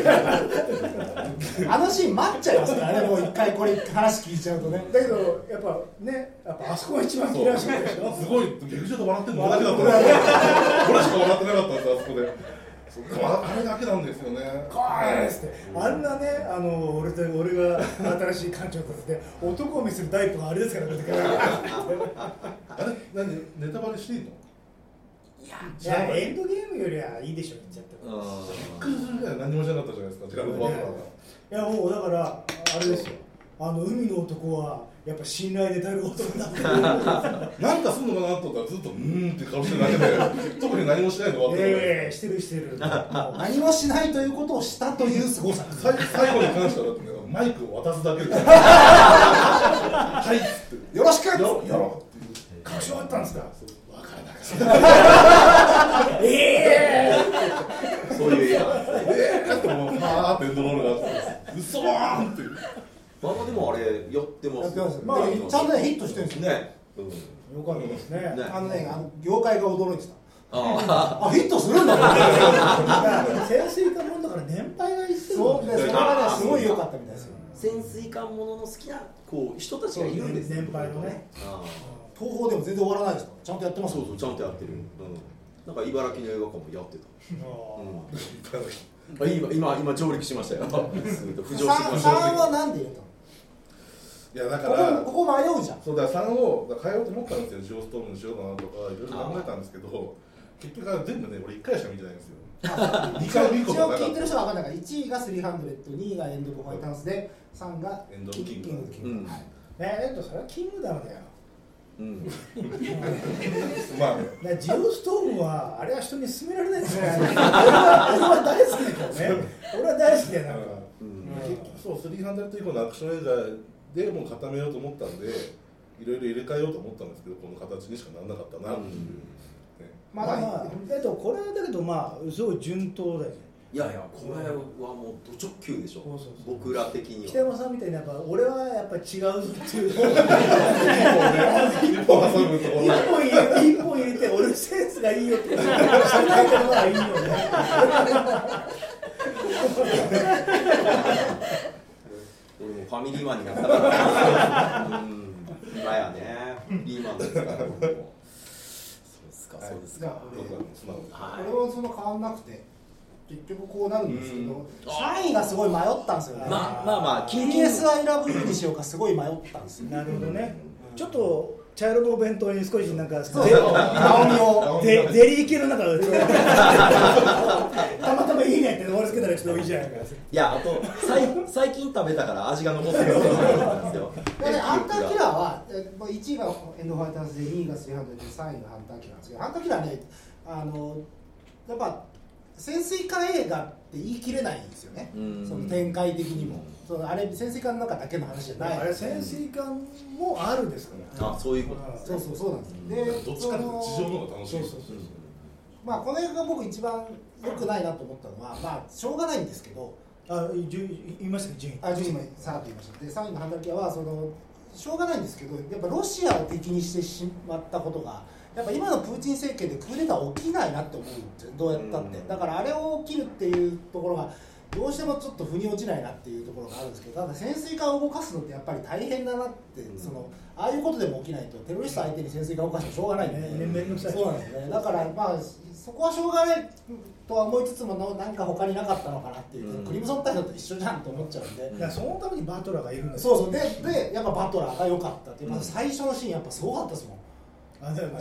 S3: あのシーン待っちゃいますからね、もう一回これ話聞いちゃうとね。
S2: だけどやっぱあそこが一番嫌いしいでしょ。
S4: すごい劇場で笑ってるのだけだったんですよ。俺しか笑ってなかったんですよ、あそこで。あれだけなんですよね。
S2: こーいっつってあんなね俺が新しい艦長として男を見せる第一歩があれですからね。
S4: あれ何ネタバレしていいの？
S2: いやエンドゲームよりはいいでしょ言っちゃって。
S4: 何もしなかったじゃないですか、ジェラルド・バトラーが。
S2: いやもうだからあれですよ。海の男はやっぱ信頼でたる男だって。
S4: なんかすんのかなと思ったらずっとって顔してるだけで特に何もしないで終わってる。
S2: してる
S3: 何もしないということをしたというすごさ。
S4: 最後に関してはだってね、マイクを渡すだけではいっつって
S3: よろしく
S4: やろうっていう
S2: 確証あったんですか。
S4: 分からなかった
S1: そういう映画なんですね。
S4: だってもうパーってエンドロールがあって嘘ーんっていう。
S1: まだでもあれやってます。
S3: まあちゃんとヒットしてるんですよ
S1: ね。
S2: よかったですね。
S3: 業界が驚いてた。
S1: あ
S3: ヒットするんだ
S2: 潜水艦もんだから年配がいってる。
S3: そうです。それがねすごい良かったみたいですよ。
S1: 潜水艦ものの好きな人たちがいるんですよ。
S2: 年配のね。
S3: 東宝でも全然終わらないですか。ちゃんとやってます。
S1: そうちゃんとやってる。なんか茨城の映画館もやってた。今上陸しましたよ。浮上してきました。
S3: 3はなんで入れたの？
S4: いやだから
S3: ここ迷うじゃん。
S4: そうだ3を変えようと思ったんですよ。ジオストームにしようかなとかいろいろ考えたんですけど、結局全部ね俺1回しか見てないんですよ。2回見ることなかった。
S3: 一応聞いてる人は分かんないから、1位が300、2位がエンド・オブ・ファイターズで、3が
S4: エンド・オブ・キング。
S2: それはキングダムだよ。
S4: まあ
S2: ジオストームはあれは人に勧められないですね。俺は大好きだけどね。俺は大好きだよなんか。
S4: 結局そう300以降のアクション映画でもう固めようと思ったんで、いろいろ入れ替えようと思ったんですけど、この形にしかならなかったなっていう。
S2: まあこれはだけどすごい順当だよね。
S1: いやこれはもうド直球でしょ。僕ら的には。
S2: 北山さんみたいに俺はやっぱ違うっていう。
S4: 一本挟むところ。
S2: 一本入れて俺センスがいいよってしてないからはいいよね。
S1: 俺もファミリーマンになったから今やねリーマンですからそうですか
S3: 俺はその変わんなくて、 結局こうなるんですけど、3位がすごい迷ったんですよね。
S1: まあ
S3: PS アイラブユーにしようかすごい迷ったんですよ。
S2: なるほどね、ちょっと茶色のお弁当に少しなんか
S3: ナオミを
S2: ゼリー系の中でたまたまいいねって盛り付けたらちょっといいじゃないか。
S1: いや、あと最近食べたから味が残ってるってことなんですよ。
S3: ハンターキラーは1位がエンドファイターズで2位が300で3位がハンターキラーなんですけど、ハンターキラーねやっぱ潜水艦映画って言い切れないんですよね。その展開的にもあれ潜水艦の中だけの話じゃない。
S2: あれ潜水艦もあるんですから。
S1: あ、そういうことですね。
S3: そうなんです。で
S4: どっちかというと地上の方が楽しい。
S3: まあこの映画が僕一番良くないなと思ったのは、まあしょうがないんですけど、
S2: 言いましたっけ、順位。
S3: 順位もさーっと言いました。で3位のハンターキラーはしょうがないんですけど、やっぱロシアを敵にしてしまったことがやっぱ今のプーチン政権でクーデター起きないなって思うんですよ、どうやったって。だからあれを起きるっていうところがどうしてもちょっと腑に落ちないなっていうところがあるんですけど、ただ潜水艦を動かすのってやっぱり大変だなって、ああいうことでも起きないとテロリスト相手に潜水艦を動かしてもしょうがないんで、
S2: 面倒くさい。
S3: そうなんですね。だからまあそこはしょうがないとは思いつつもなんか他になかったのかなっていう、クリムゾン大佐と一緒じゃんと思っちゃうんで。
S2: いや、そのためにバトラーがいるんです
S3: よ。そうでやっぱバトラーが良かったっていう、最初のシーンやっぱすごかったですもん。
S4: 鹿ね、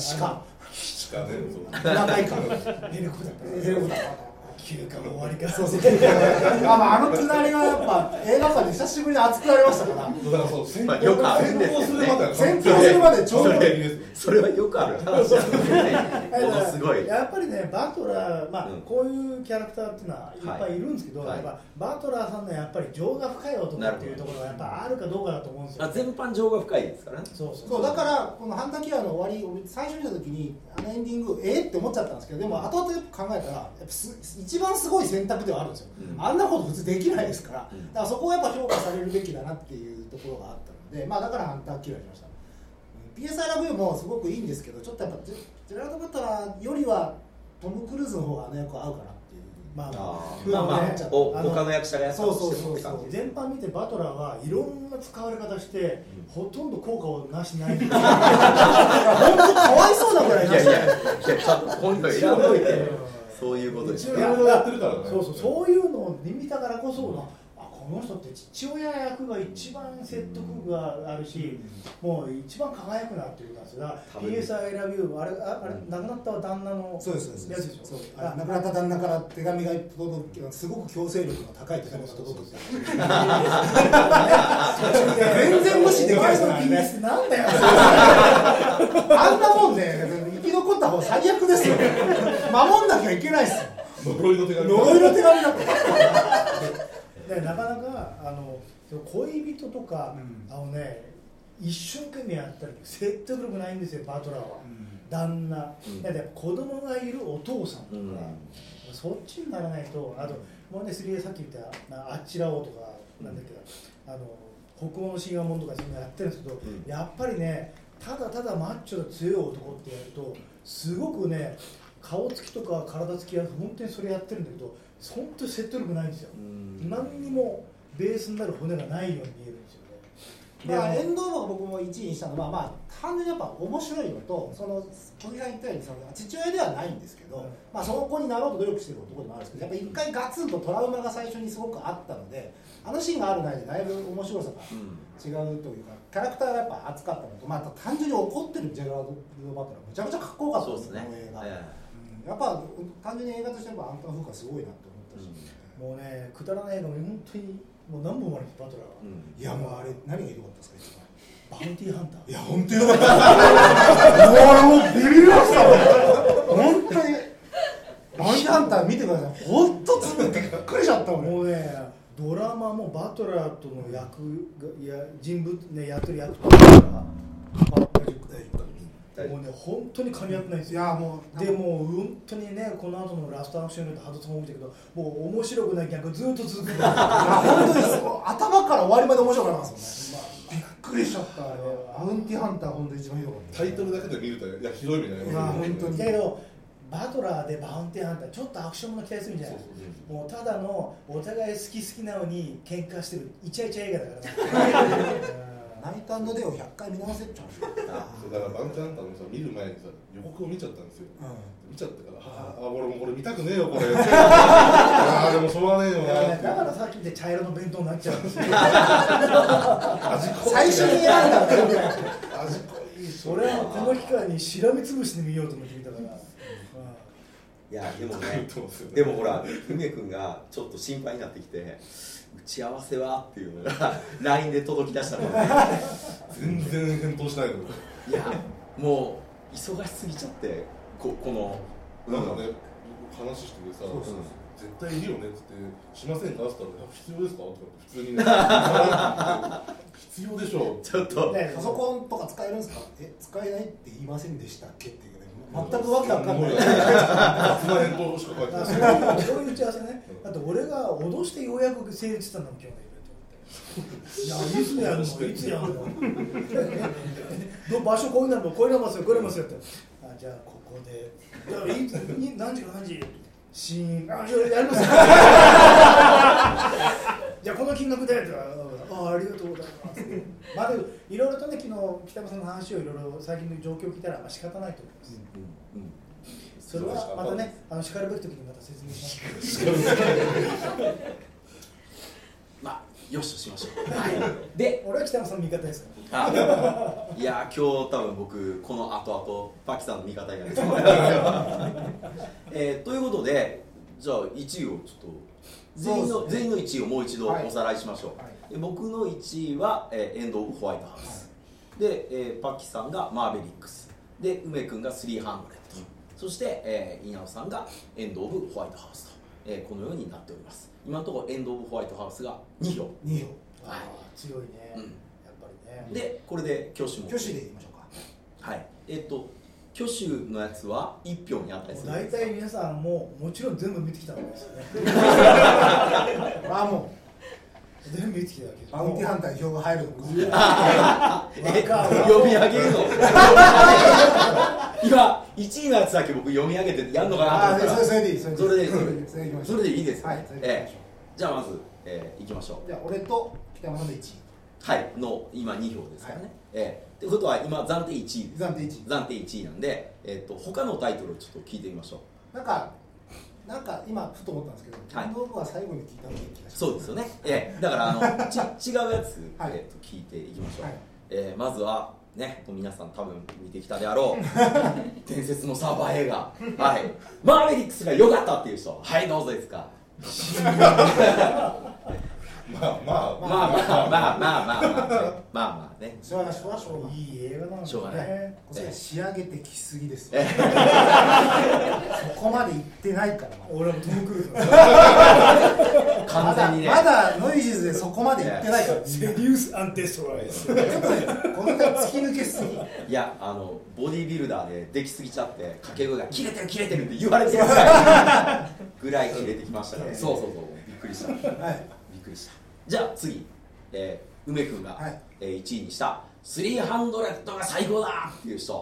S3: 長いから
S2: ヘリコプター休暇も終わりか。
S3: そうあのくだりはやっぱ映画館で久しぶりに熱くなりましたから。
S4: だからそう戦
S1: よくあるんですよね。
S3: 戦闘するまでちょうどいいです。
S1: それはよくある話なんですね。ものすごい。
S2: やっぱりね、バトラー、こういうキャラクターっていうのはいっぱいいるんですけど、やっぱバトラーさんのやっぱり情が深い男っていうところがやっぱあるかどうかだと思うんですよ。
S1: 全般情が深いですからね。
S3: そうだからこのハンターキラーの終わり、最初見た時にエンディングって思っちゃったんですけど、でも後々考えたらやっぱ一番すごい選択ではあるんですよ。あんなこと普通できないですから、だからそこはやっぱ評価されるべきだなっていうところがあったので、だからハンターキラーにしました。PS アイラブユーもすごくいいんですけど、ちょっとやっぱジェラード・バトラーよりはトム・クルーズの方が役合うかなっていう。
S1: 他の役者がやったとしてもって感じ。
S2: 全般見てバトラーはいろんな使われ方して、ほとんど効果をなしない。本当か
S3: わいそうなぐらいなし。
S1: 今度選んどいて。そういうことですね。
S2: そういうのを見たからこそ、この人って父親役が一番説得があるし、もう一番輝くなっていうことなんですよ。だから PS アイラブユー、あれ亡くなった旦那のやつでしょ。
S3: 亡くなった旦那から手紙が届く、すごく強制力の高い手紙が届く。全然無視できないですね。
S2: なんだよ。
S3: あんなもんね、生き残った方最悪ですよ。守んなきゃいけないですよ。
S4: 呪いの手紙。
S3: 呪いの手紙だって。
S2: なかなか恋人とか、一生懸命やったり説得力ないんですよ、バトラーは。旦那、子供がいるお父さんとか、そっちにならないと。あともうね、さっき言ったあっちらおうとかなんだけど、北欧の神話もんとかそういうのやってるんですけど、やっぱりね、ただただマッチョで強い男ってやるとすごくね、顔つきとか体つきは本当にそれやってるんだけど、本当に説得力ないんですよ。何にもベースになる骨がないように見えるんですよね。
S3: エンドーバー僕も1位にしたのは、単純にやっぱ面白いのと、小木さん言ったように父親ではないんですけど、その子になろうと努力してる男でもあるんですけど、やっぱ一回ガツンとトラウマが最初にすごくあったので、あのシーンがあるないでだいぶ面白さが違うというか、キャラクターがやっぱ熱かったのと、単純に怒ってるジェラード・バトラーめちゃくちゃかっこよかったですね、この映画。やっぱ単純に映画としてはアントン・フーカーすごいなって思ったし、
S2: もうね、くだらない映画も本当にもう何本もあるんです、バトラーは。
S3: いや、もうあれ何が良かったですか、一番。
S2: バウンティーハンター。
S3: いや、本当に良かった。もうビビりましたもん。本当に。バウンティーハンター見てください。本当びっくりしちゃったもん。
S2: もうね、ドラマもバトラーとの役が人物ね、やってる役とか。もうね、本当に噛み合ってないんですよ。
S3: いや、もう
S2: でも本当にね、この後のラストアクションでハドソンも見たけど、もう面白くない逆ずっと続くんだよ。
S3: 本当に頭から終わりまで面白かったですよね。びっくりしちゃった。バウンティーハンター本当に一番ひどかった。
S4: タイトルだけで見るとひどいみたいな。
S3: 本当に。
S2: だけどバトラーでバウンティーハンターちょっとアクションもの期待するんじゃない。もうただのお互い好きなのに喧嘩してるイチャイチャ映画だからね。
S3: ナイト&デイを100回見直せっちゃうんですよ。
S4: だからバンチャンタのさ見る前にさ予告を見ちゃったんですよ、見ちゃったから俺もこれ見たくねえよこれああでもしょうがねえよな
S2: だからさっきで茶色の弁当になっちゃうんですよ
S3: 最初に選んだ弁当
S4: 味濃いし
S2: 俺はこの機会にしらみつぶしで見ようと思って見たから、
S1: いやでもねでもほら梅君がちょっと心配になってきて打ち合わせはっていうのが LINE で届き出したので
S4: 全然返答しないの。
S1: いやもう忙しすぎちゃってこの
S4: なんかね、話しててさ、絶対いいよねって言ってしませんかって言ったら必要ですかとか普通にね必要でしょ
S1: ちょっと
S3: パソコンとか使えるんですか使えないって言いませんでしたっけっていうね全くわけわかんない
S4: 返答しか書いてない
S2: そういう打ち合わせねだって俺が脅してようやく成立したんだもん今日のイベントいやいつやるのいつやるの場所こういうのもこういうのますよこういうのますよってじゃあここでじゃあ何時か何時シーンやりますよじゃあこの金額でってありがとうございますまあいろいろとね昨日北山さんの話をいろいろ最近の状況を聞いたら仕方ないと思います、それはまたね叱るべき時にまた説明します
S1: まあよしとしましょう、はい、で
S2: 俺は北山さんの味方ですから
S1: いや今日多分僕この後々パキさんの味方になると思いますよ、ということでじゃあ1位をちょっと全員の1位をもう一度おさらいしましょう、僕の1位は、エンド・オブ・ホワイトハウス、で、パキさんがマーベリックスで梅君が300、そして、稲尾さんがエンド・オブ・ホワイトハウスと、このようになっております。今のところエンド・オブ・ホワイトハウスが2票、
S2: 強いね、やっぱりね。
S1: でこれで挙手も
S3: 挙手で言いましょうか。
S1: はい、挙手のやつは1票にあったりするん
S2: 大
S1: ですか。
S2: 体皆さんもちろん全部見てきたわけですよね
S3: まあも
S2: う全部見てきたわけです。
S3: バウンティーハンターに票が入るのか
S1: 読み上げるの今1位のやつだけ僕読み上げてやるのかなと思ったら
S3: それでいい
S1: それでいいです、
S3: はい、
S1: じゃあまず、いきましょう。
S3: じゃあ俺と北山さんの1位
S1: はいの今2票ですからね、ってことは今暫定1位です
S3: 暫定1位
S1: なんで、他のタイトルをちょっと聞いてみましょう。
S3: なんか今ふと思ったんですけど運動部は最後に聞いた方がいい気がします。
S1: そうですよね、だから違うやつ、聞いていきましょう、まずはね、皆さん多分見てきたであろう伝説のサーファー映画、マーベリックスが良かったっていう人、はいどうぞですか。まあね、
S3: それはしょうがない。
S2: いい映画なん
S1: しょうがない。
S3: 仕上げてきすぎですよ。そこまで行ってないから。
S2: 俺もトム・クルーズ
S1: 完全にね。
S3: まだノイジーズでそこまで行ってないから。
S2: セデュース・アン・デストロイです。
S3: この辺突き抜けすぎ。
S1: いやボディービルダーでできすぎちゃって掛け声が切れてるって言われてるぐらい切れてきましたね。そうびっくりした。びっくりした。じゃあ次、梅君が、1位にした300が最高だっていう人。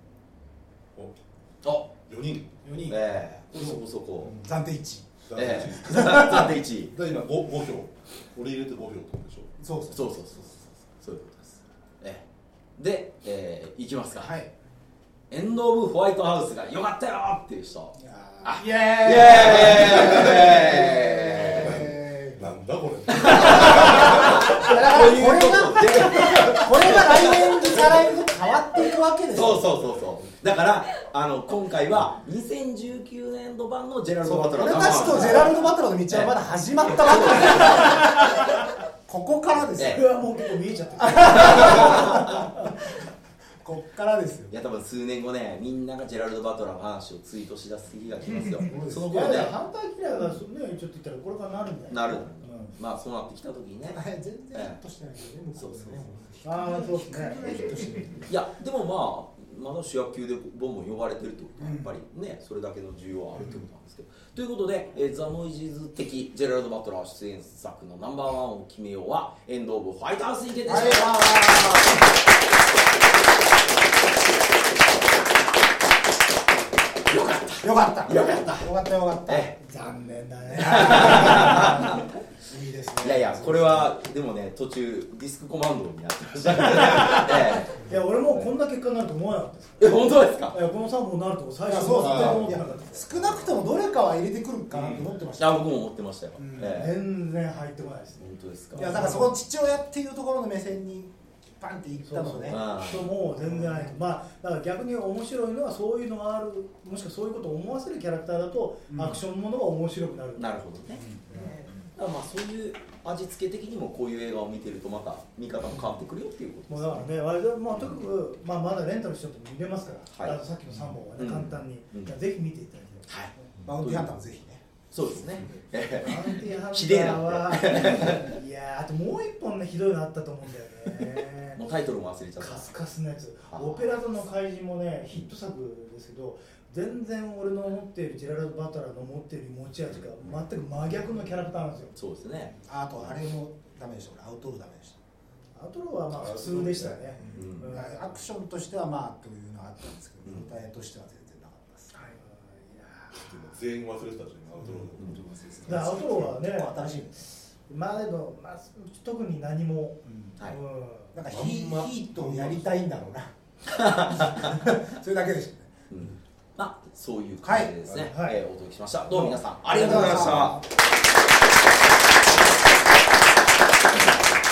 S1: お
S4: 4人、
S1: そこ
S3: 暫定1位。
S1: 暫定1位。
S4: 今5票、俺入れて5票ってことでしょ。
S1: そういうことです。で、いきますか。エンド・オブ・ホワイトハウスが良かったよっていう人。
S3: イエーイ。
S4: なんだこれ。
S3: これが来年に再来年変わっていくわけですよ。
S1: そうだから今回は2019年度版のジェラルド・バトラー。
S3: 俺たちとジェラルド・バトラーの道はまだ始まったわけですよ。ここからですよ。
S2: これはもう結構見えちゃってる。
S3: こっからですよ。
S1: いや多分数年後ね、みんながジェラルド・バトラーの話をツイートしだす日が来ますよ。その頃ね、
S2: 反対嫌いがねちょっと言ったらこれからなるんだよ。
S1: なる。まあそうなってきた時にね。
S3: 全然ヒットしてないけどね。
S1: そうですね。
S2: そうですね。
S1: いやでもまだ主役級でボンボン呼ばれてるってことはやっぱりね、それだけの需要はあるってことなんですけど。ということで、ザ・ノイジーズ的ジェラルド・バトラー出演作のナンバーワンを決めようはエンド・オブ・ホワイトハウスに決定しました。
S3: よかった。残念だね。 いいですね。
S1: いやいやこれはでもね途中ディスクコマンドになってましたね
S2: いや俺もこんな結果になると思わなかったです。
S1: 本当ですか。
S2: いやこの3本になると最初
S3: そう
S2: 全く思ってなかったです。
S3: 少なくともどれかは入れてくるかなと思ってました。
S1: 僕も思ってましたよ。
S2: 全然入ってこないですね。
S1: 本当ですか。
S3: いやだからそこの父親っていうところの目線にパンっていったのね。
S2: そうもう全然ない。まあだから逆に面白いのはそういうのがある、もしくはそういうことを思わせるキャラクターだと、アクションものが面白くなる。
S1: なるほどね。だからまあそういう味付け的にもこういう映画を見てるとまた見方も変わってくるよっていうことです。
S2: だからね、割とまあとにかくまだレンタルしても見れますから。
S1: はい、
S2: さっきの3本はね簡単に、ぜひ見ていただきたい。
S1: はい。
S3: マウンティハンターもぜひね。
S1: そうですね。
S2: マウンティハンターはいやあともう一本ねひどいのあったと思うんだよね。
S1: もうタイトルも忘れちゃった。
S2: カスカスのやつ。オペラ座の怪人もねヒット作ですけど。全然俺の持っているジェラルド・バトラーの持っている持ち味が全く真逆のキャラクターなんですよ。
S1: そうですね。
S3: あとあれもダメでした。アウトローダメでした。
S2: アウトローはまあ普通でしたね。
S3: アクションとしてはまあというのはあったんですけど、舞台としては全然なかったです。
S4: 全員忘れてたじゃん、アウトロー
S2: だからアウトローはね
S3: 新しいです。
S2: まあでも特に何も
S3: なんかヒートをやりたいんだろうな。それだけでしたね。
S1: まあそういう感じでですね、お届けしました。どうも皆さんあり
S2: がとうございました。